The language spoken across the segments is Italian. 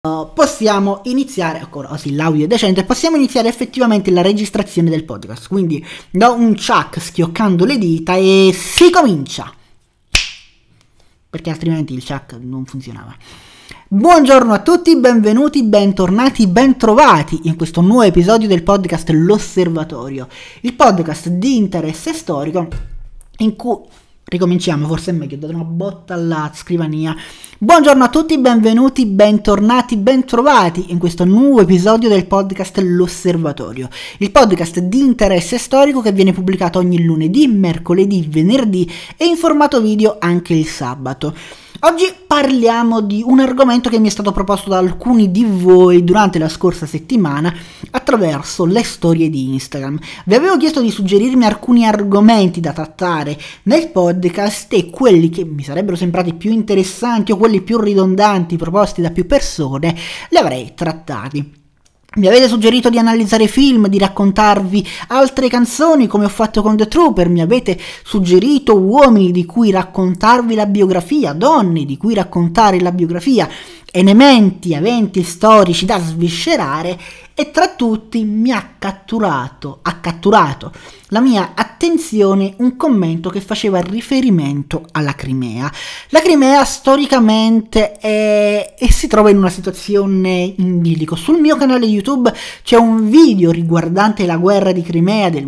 Possiamo iniziare, ancora sì, l'audio è decente, possiamo iniziare effettivamente la registrazione del podcast. Quindi do un chuck schioccando le dita e si comincia, perché altrimenti il chuck non funzionava. Buongiorno a tutti, benvenuti, bentornati, bentrovati in questo nuovo episodio del podcast L'Osservatorio, il podcast di interesse storico in cui... Ricominciamo, forse è meglio, ho dato una botta alla scrivania. Buongiorno a tutti, benvenuti, bentornati, bentrovati in questo nuovo episodio del podcast L'Osservatorio, il podcast di interesse storico che viene pubblicato ogni lunedì, mercoledì, venerdì e in formato video anche il sabato. Oggi parliamo di un argomento che mi è stato proposto da alcuni di voi durante la scorsa settimana attraverso le storie di Instagram. Vi avevo chiesto di suggerirmi alcuni argomenti da trattare nel podcast e quelli che mi sarebbero sembrati più interessanti o quelli più ridondanti proposti da più persone li avrei trattati. Mi avete suggerito di analizzare film, di raccontarvi altre canzoni come ho fatto con The Trooper, mi avete suggerito uomini di cui raccontarvi la biografia, donne di cui raccontare la biografia, elementi, eventi storici da sviscerare e tra tutti mi ha catturato la mia attenzione un commento che faceva riferimento alla Crimea. La Crimea storicamente è e si trova in una situazione in bilico. Sul mio canale YouTube c'è un video riguardante la guerra di Crimea del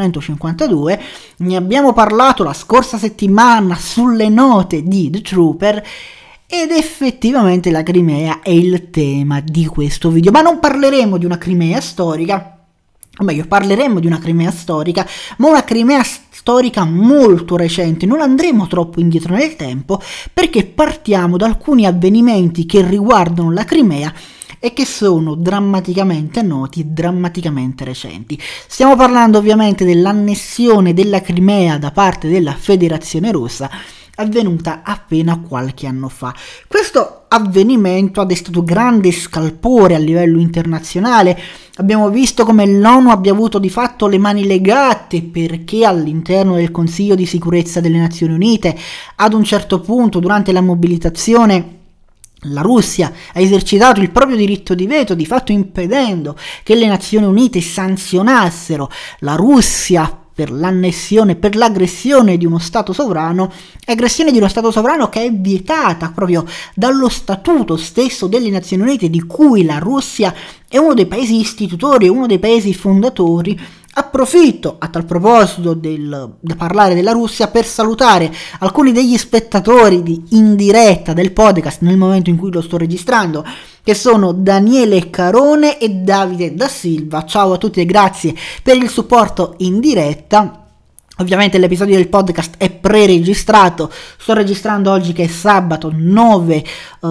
1852, ne abbiamo parlato la scorsa settimana sulle note di The Trooper ed effettivamente la Crimea è il tema di questo video, ma non parleremo di una Crimea storica, o meglio parleremo di una Crimea storica, ma una Crimea storica molto recente. Non andremo troppo indietro nel tempo perché partiamo da alcuni avvenimenti che riguardano la Crimea e che sono drammaticamente noti e drammaticamente recenti. Stiamo parlando ovviamente dell'annessione della Crimea da parte della Federazione Russa, avvenuta appena qualche anno fa. Questo avvenimento ha destato grande scalpore a livello internazionale. Abbiamo visto come l'ONU abbia avuto di fatto le mani legate perché all'interno del Consiglio di Sicurezza delle Nazioni Unite, ad un certo punto, durante la mobilitazione, la Russia ha esercitato il proprio diritto di veto, di fatto impedendo che le Nazioni Unite sanzionassero la Russia per l'annessione, per l'aggressione di uno Stato sovrano, aggressione di uno Stato sovrano che è vietata proprio dallo Statuto stesso delle Nazioni Unite, di cui la Russia è uno dei paesi istitutori, uno dei paesi fondatori. Approfitto a tal proposito da parlare della Russia per salutare alcuni degli spettatori in diretta del podcast nel momento in cui lo sto registrando, che sono Daniele Carone e Davide da Silva. Ciao a tutti e grazie per il supporto in diretta. Ovviamente l'episodio del podcast è pre-registrato, sto registrando oggi che è sabato 9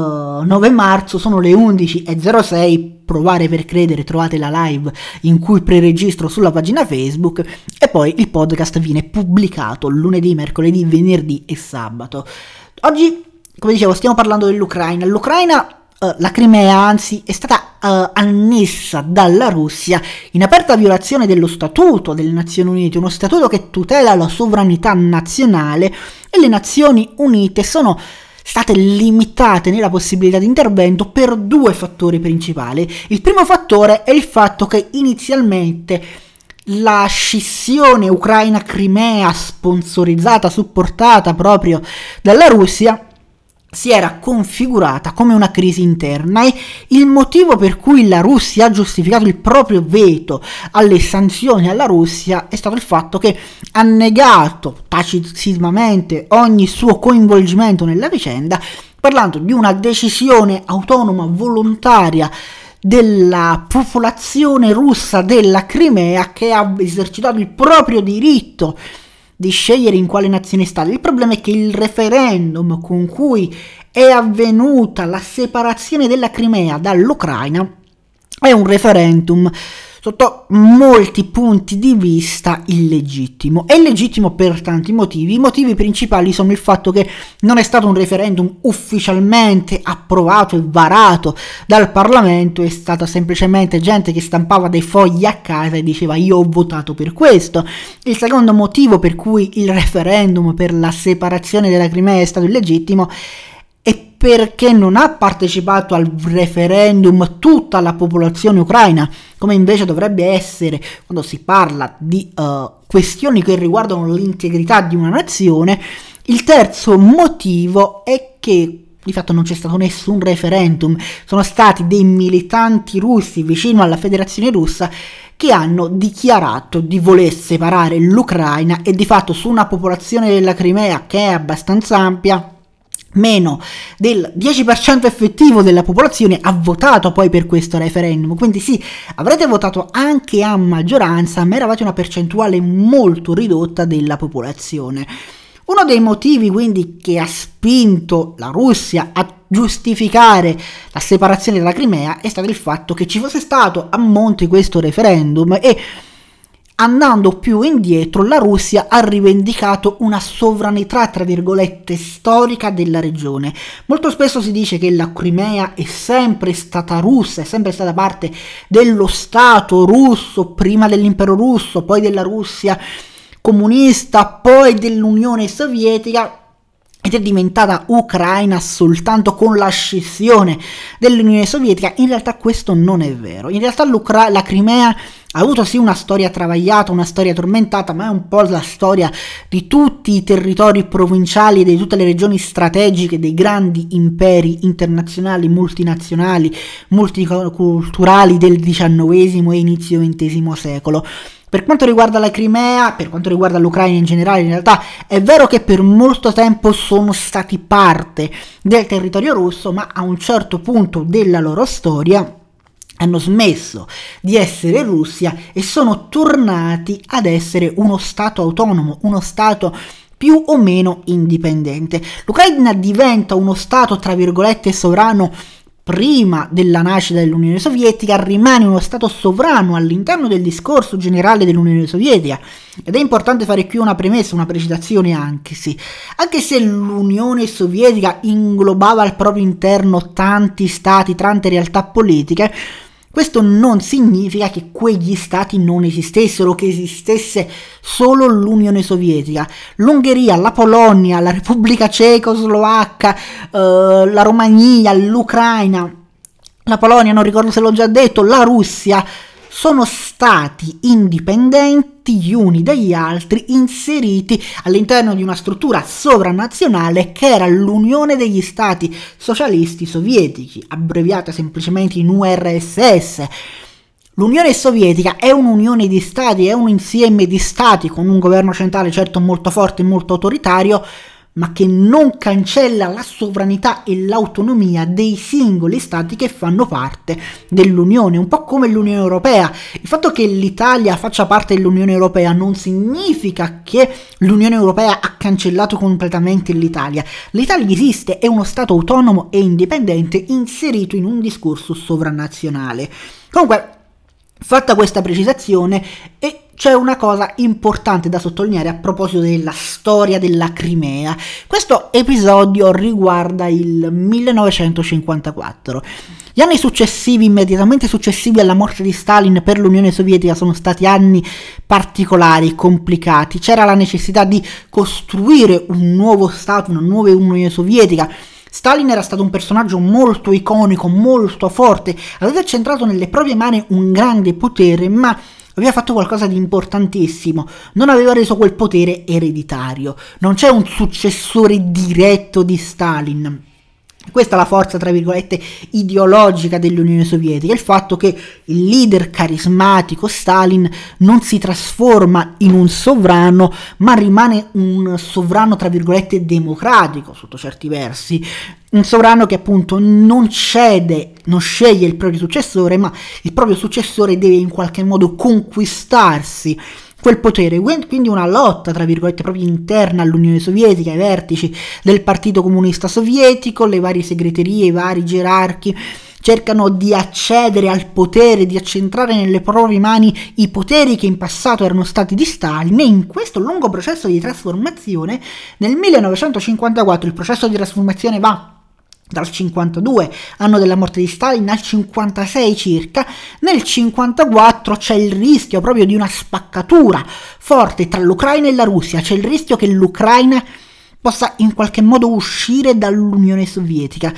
marzo, sono le 11:06, provare per credere, trovate la live in cui pre-registro sulla pagina Facebook e poi il podcast viene pubblicato lunedì, mercoledì, venerdì e sabato. Oggi, come dicevo, stiamo parlando dell'Ucraina. La Crimea, anzi, è stata annessa dalla Russia in aperta violazione dello Statuto delle Nazioni Unite, uno statuto che tutela la sovranità nazionale, e le Nazioni Unite sono state limitate nella possibilità di intervento per due fattori principali. Il primo fattore è il fatto che inizialmente la scissione Ucraina-Crimea, sponsorizzata, supportata proprio dalla Russia, si era configurata come una crisi interna, e il motivo per cui la Russia ha giustificato il proprio veto alle sanzioni alla Russia è stato il fatto che ha negato tacitissimamente ogni suo coinvolgimento nella vicenda, parlando di una decisione autonoma volontaria della popolazione russa della Crimea, che ha esercitato il proprio diritto di scegliere in quale nazione stare. Il problema è che il referendum con cui è avvenuta la separazione della Crimea dall'Ucraina è un referendum sotto molti punti di vista illegittimo. È illegittimo per tanti motivi. I motivi principali sono il fatto che non è stato un referendum ufficialmente approvato e varato dal Parlamento, è stata semplicemente gente che stampava dei fogli a casa e diceva io ho votato per questo. Il secondo motivo per cui il referendum per la separazione della Crimea è stato illegittimo è perché non ha partecipato al referendum tutta la popolazione ucraina, come invece dovrebbe essere quando si parla di questioni che riguardano l'integrità di una nazione. Il terzo motivo è che di fatto non c'è stato nessun referendum, sono stati dei militanti russi vicino alla Federazione Russa che hanno dichiarato di voler separare l'Ucraina, e di fatto su una popolazione della Crimea che è abbastanza ampia, meno del 10% effettivo della popolazione ha votato poi per questo referendum. Quindi sì, avrete votato anche a maggioranza, ma eravate una percentuale molto ridotta della popolazione. Uno dei motivi quindi che ha spinto la Russia a giustificare la separazione della Crimea è stato il fatto che ci fosse stato a monte questo referendum, e andando più indietro la Russia ha rivendicato una sovranità tra virgolette storica della regione. Molto spesso si dice che la Crimea è sempre stata russa, è sempre stata parte dello Stato russo, prima dell'impero russo, poi della Russia comunista, poi dell'Unione Sovietica, ed è diventata ucraina soltanto con la scissione dell'Unione Sovietica. In realtà questo non è vero. In realtà la Crimea ha avuto sì una storia travagliata, una storia tormentata, ma è un po' la storia di tutti i territori provinciali, di tutte le regioni strategiche dei grandi imperi internazionali, multinazionali, multiculturali del XIX e inizio XX secolo. Per quanto riguarda la Crimea, per quanto riguarda l'Ucraina in generale, in realtà è vero che per molto tempo sono stati parte del territorio russo, ma a un certo punto della loro storia hanno smesso di essere Russia e sono tornati ad essere uno stato autonomo, uno stato più o meno indipendente. L'Ucraina diventa uno stato tra virgolette sovrano prima della nascita dell'Unione Sovietica, rimane uno stato sovrano all'interno del discorso generale dell'Unione Sovietica, ed è importante fare qui una premessa, una precisazione anche se l'Unione Sovietica inglobava al proprio interno tanti stati, tante realtà politiche, questo non significa che quegli stati non esistessero, che esistesse solo l'Unione Sovietica. L'Ungheria, la Polonia, la Repubblica Cecoslovacca, la Romania, l'Ucraina, la Polonia, non ricordo se l'ho già detto, la Russia, sono stati indipendenti gli uni dagli altri, inseriti all'interno di una struttura sovranazionale che era l'Unione degli Stati Socialisti Sovietici, abbreviata semplicemente in URSS. L'Unione Sovietica è un'unione di stati, è un insieme di stati con un governo centrale certo molto forte e molto autoritario, ma che non cancella la sovranità e l'autonomia dei singoli stati che fanno parte dell'Unione, un po' come l'Unione Europea. Il fatto che l'Italia faccia parte dell'Unione Europea non significa che l'Unione Europea ha cancellato completamente l'Italia. L'Italia esiste, è uno stato autonomo e indipendente inserito in un discorso sovranazionale. Comunque, fatta questa precisazione, e c'è una cosa importante da sottolineare a proposito della storia della Crimea. Questo episodio riguarda il 1954. Gli anni successivi, immediatamente successivi alla morte di Stalin per l'Unione Sovietica, sono stati anni particolari, complicati. C'era la necessità di costruire un nuovo Stato, una nuova Unione Sovietica. Stalin era stato un personaggio molto iconico, molto forte, aveva centrato nelle proprie mani un grande potere, ma aveva fatto qualcosa di importantissimo: non aveva reso quel potere ereditario, non c'è un successore diretto di Stalin. Questa è la forza, tra virgolette, ideologica dell'Unione Sovietica, il fatto che il leader carismatico Stalin non si trasforma in un sovrano, ma rimane un sovrano, tra virgolette, democratico sotto certi versi, un sovrano che appunto non cede, non sceglie il proprio successore, ma il proprio successore deve in qualche modo conquistarsi quel potere. Quindi una lotta, tra virgolette, proprio interna all'Unione Sovietica, ai vertici del Partito Comunista Sovietico, le varie segreterie, i vari gerarchi cercano di accedere al potere, di accentrare nelle proprie mani i poteri che in passato erano stati di Stalin, e in questo lungo processo di trasformazione nel 1954 il processo di trasformazione va dal 52, anno della morte di Stalin, al 56 circa. Nel 54 c'è il rischio proprio di una spaccatura forte tra l'Ucraina e la Russia, c'è il rischio che l'Ucraina possa in qualche modo uscire dall'Unione Sovietica.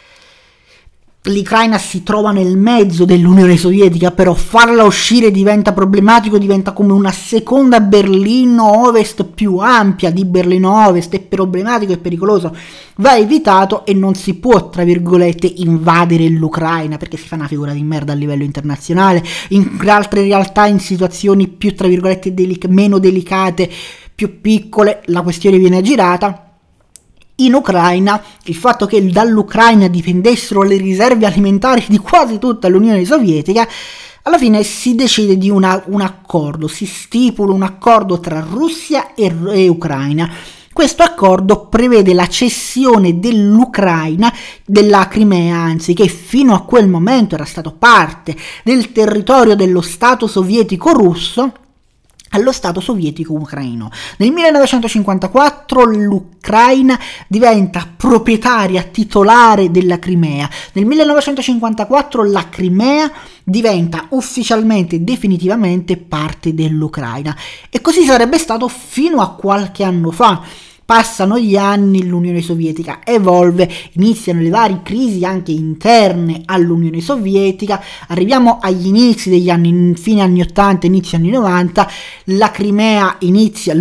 L'Ucraina si trova nel mezzo dell'Unione Sovietica, però farla uscire diventa problematico, diventa come una seconda Berlino Ovest più ampia di Berlino Ovest, è problematico e pericoloso, va evitato e non si può, tra virgolette, invadere l'Ucraina perché si fa una figura di merda a livello internazionale. In altre realtà, in situazioni più, tra virgolette, meno delicate, più piccole, la questione viene girata. In Ucraina, il fatto che dall'Ucraina dipendessero le riserve alimentari di quasi tutta l'Unione Sovietica, alla fine si decide di un accordo, si stipula un accordo tra Russia e Ucraina. Questo accordo prevede la cessione dell'Ucraina, della Crimea, anzi, che fino a quel momento era stato parte del territorio dello Stato sovietico russo, allo Stato sovietico ucraino. Nel 1954 l'Ucraina diventa proprietaria titolare della Crimea. Nel 1954 la Crimea diventa ufficialmente e definitivamente parte dell'Ucraina. E così sarebbe stato fino a qualche anno fa. Passano gli anni, l'Unione Sovietica evolve, iniziano le varie crisi anche interne all'Unione Sovietica, arriviamo agli inizi degli anni, fine anni 80, inizio anni 90, la Crimea inizia,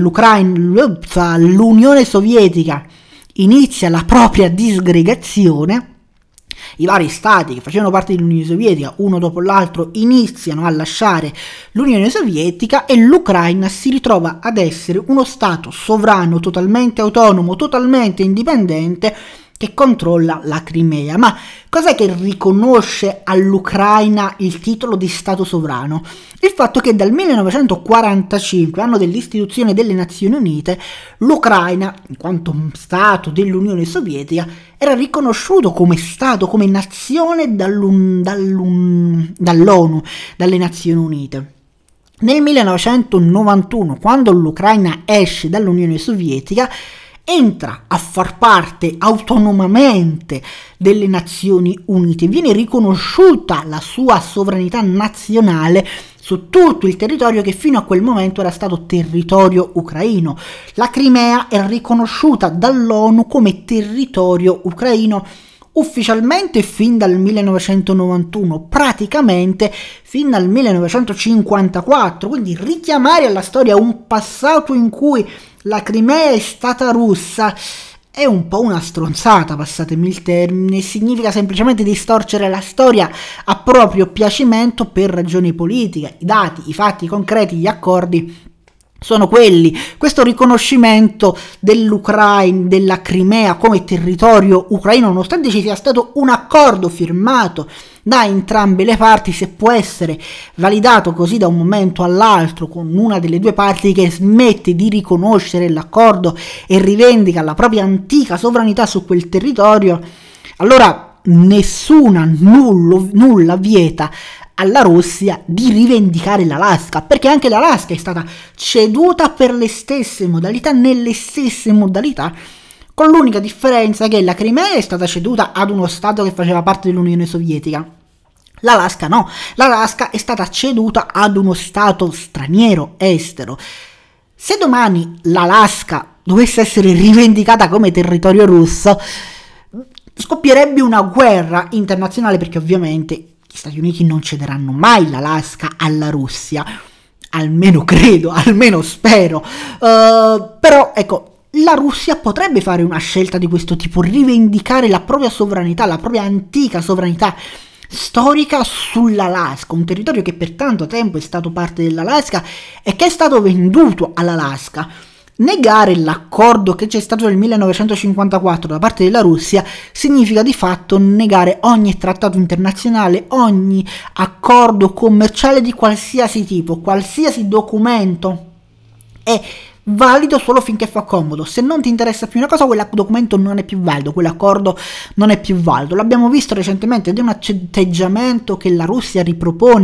l'Unione Sovietica inizia la propria disgregazione. I vari stati che facevano parte dell'Unione Sovietica, uno dopo l'altro, iniziano a lasciare l'Unione Sovietica e l'Ucraina si ritrova ad essere uno stato sovrano, totalmente autonomo, totalmente indipendente, che controlla la Crimea. Ma cos'è che riconosce all'Ucraina il titolo di Stato sovrano? Il fatto che dal 1945, anno dell'istituzione delle Nazioni Unite, l'Ucraina, in quanto Stato dell'Unione Sovietica, era riconosciuto come Stato, come nazione dall'ONU, dalle Nazioni Unite. Nel 1991, quando l'Ucraina esce dall'Unione Sovietica, entra a far parte autonomamente delle Nazioni Unite, viene riconosciuta la sua sovranità nazionale su tutto il territorio che fino a quel momento era stato territorio ucraino. La Crimea è riconosciuta dall'ONU come territorio ucraino ufficialmente fin dal 1991, praticamente fin dal 1954, quindi richiamare alla storia un passato in cui la Crimea è stata russa è un po' una stronzata, passatemi il termine, significa semplicemente distorcere la storia a proprio piacimento per ragioni politiche. I dati, i fatti concreti, gli accordi sono quelli. Questo riconoscimento dell'Ucraina, della Crimea come territorio ucraino, nonostante ci sia stato un accordo firmato da entrambe le parti, se può essere validato così da un momento all'altro con una delle due parti che smette di riconoscere l'accordo e rivendica la propria antica sovranità su quel territorio, allora nulla vieta alla Russia di rivendicare l'Alaska, perché anche l'Alaska è stata ceduta per le stesse modalità, nelle stesse modalità, con l'unica differenza che la Crimea è stata ceduta ad uno stato che faceva parte dell'Unione Sovietica. L'Alaska no, l'Alaska è stata ceduta ad uno stato straniero, estero. Se domani l'Alaska dovesse essere rivendicata come territorio russo, scoppierebbe una guerra internazionale, perché ovviamente gli Stati Uniti non cederanno mai l'Alaska alla Russia, almeno credo, almeno spero, però ecco, la Russia potrebbe fare una scelta di questo tipo, rivendicare la propria sovranità, la propria antica sovranità storica sull'Alaska, un territorio che per tanto tempo è stato parte dell'Alaska e che è stato venduto all'Alaska. Negare l'accordo che c'è stato nel 1954 da parte della Russia significa di fatto negare ogni trattato internazionale, ogni accordo commerciale di qualsiasi tipo, qualsiasi documento è valido solo finché fa comodo. Se non ti interessa più una cosa, quel documento non è più valido, quell'accordo non è più valido. L'abbiamo visto recentemente ed è un atteggiamento che la Russia ripropone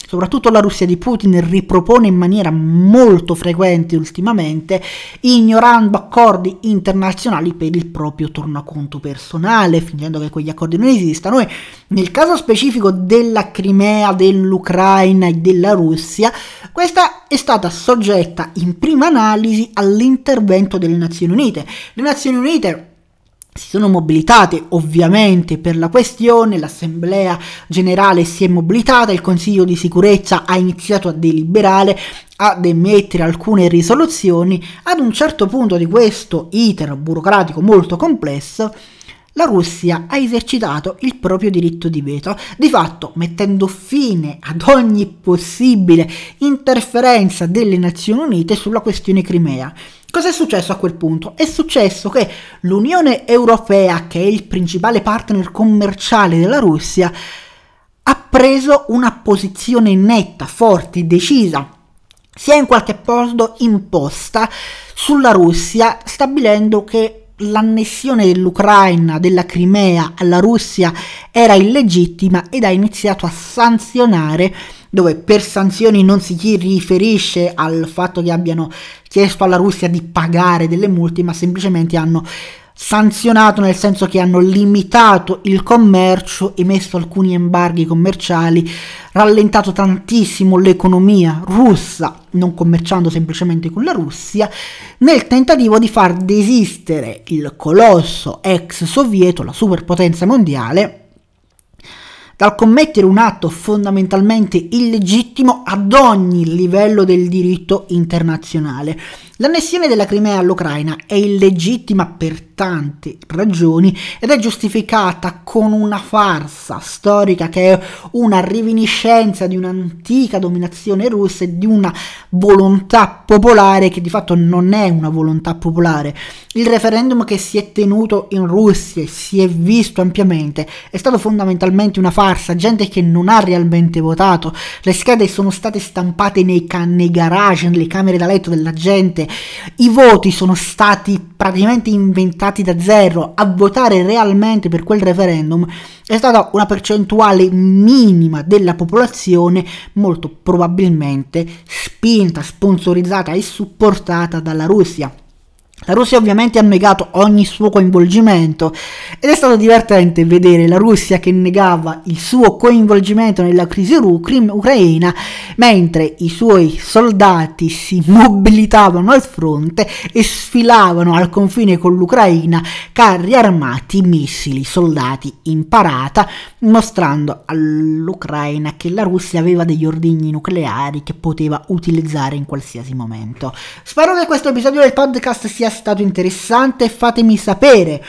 soprattutto la Russia di Putin, ripropone in maniera molto frequente ultimamente, ignorando accordi internazionali per il proprio tornaconto personale, fingendo che quegli accordi non esistano. E nel caso specifico della Crimea, dell'Ucraina e della Russia, questa è stata soggetta in prima analisi all'intervento delle Nazioni Unite. Le Nazioni Unite si sono mobilitate ovviamente per la questione, l'Assemblea Generale si è mobilitata, il Consiglio di Sicurezza ha iniziato a deliberare, ad emettere alcune risoluzioni. Ad un certo punto di questo iter burocratico molto complesso, la Russia ha esercitato il proprio diritto di veto, di fatto mettendo fine ad ogni possibile interferenza delle Nazioni Unite sulla questione Crimea. Cosa è successo a quel punto? È successo che l'Unione Europea, che è il principale partner commerciale della Russia, ha preso una posizione netta, forte, decisa, si è in qualche modo imposta sulla Russia, stabilendo che l'annessione dell'Ucraina, della Crimea alla Russia era illegittima ed ha iniziato a sanzionare, dove per sanzioni non si riferisce al fatto che abbiano chiesto alla Russia di pagare delle multe, ma semplicemente hanno sanzionato, nel senso che hanno limitato il commercio, emesso alcuni embarghi commerciali, rallentato tantissimo l'economia russa, non commerciando semplicemente con la Russia, nel tentativo di far desistere il colosso ex sovieto, la superpotenza mondiale, dal commettere un atto fondamentalmente illegittimo ad ogni livello del diritto internazionale. L'annessione della Crimea all'Ucraina è illegittima per tante ragioni ed è giustificata con una farsa storica che è una reminiscenza di un'antica dominazione russa e di una volontà popolare che di fatto non è una volontà popolare. Il referendum che si è tenuto in Russia e si è visto ampiamente è stato fondamentalmente una farsa, gente che non ha realmente votato, le schede sono state stampate nei garage, nelle camere da letto della gente, i voti sono stati praticamente inventati da zero. A votare realmente per quel referendum è stata una percentuale minima della popolazione, molto probabilmente spinta, sponsorizzata e supportata dalla Russia. La Russia ovviamente ha negato ogni suo coinvolgimento ed è stato divertente vedere la Russia che negava il suo coinvolgimento nella crisi ucraina, mentre i suoi soldati si mobilitavano al fronte e sfilavano al confine con l'Ucraina carri armati, missili, soldati in parata, mostrando all'Ucraina che la Russia aveva degli ordigni nucleari che poteva utilizzare in qualsiasi momento. Spero che questo episodio del podcast sia stato interessante. Fatemi sapere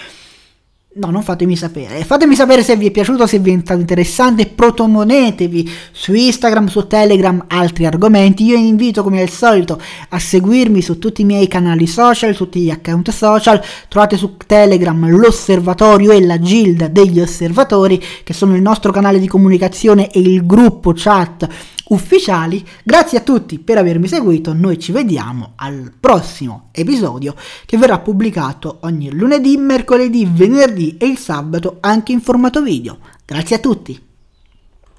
fatemi sapere se vi è piaciuto, se vi è stato interessante. Protomonetevi su Instagram, su Telegram altri argomenti. Io vi invito come al solito a seguirmi su tutti i miei canali social, tutti gli account social. Trovate su Telegram l'Osservatorio e la Gilda degli Osservatori, che sono il nostro canale di comunicazione e il gruppo chat ufficiali. Grazie a tutti per avermi seguito, noi ci vediamo al prossimo episodio che verrà pubblicato ogni lunedì, mercoledì, venerdì e il sabato anche in formato video. Grazie a tutti!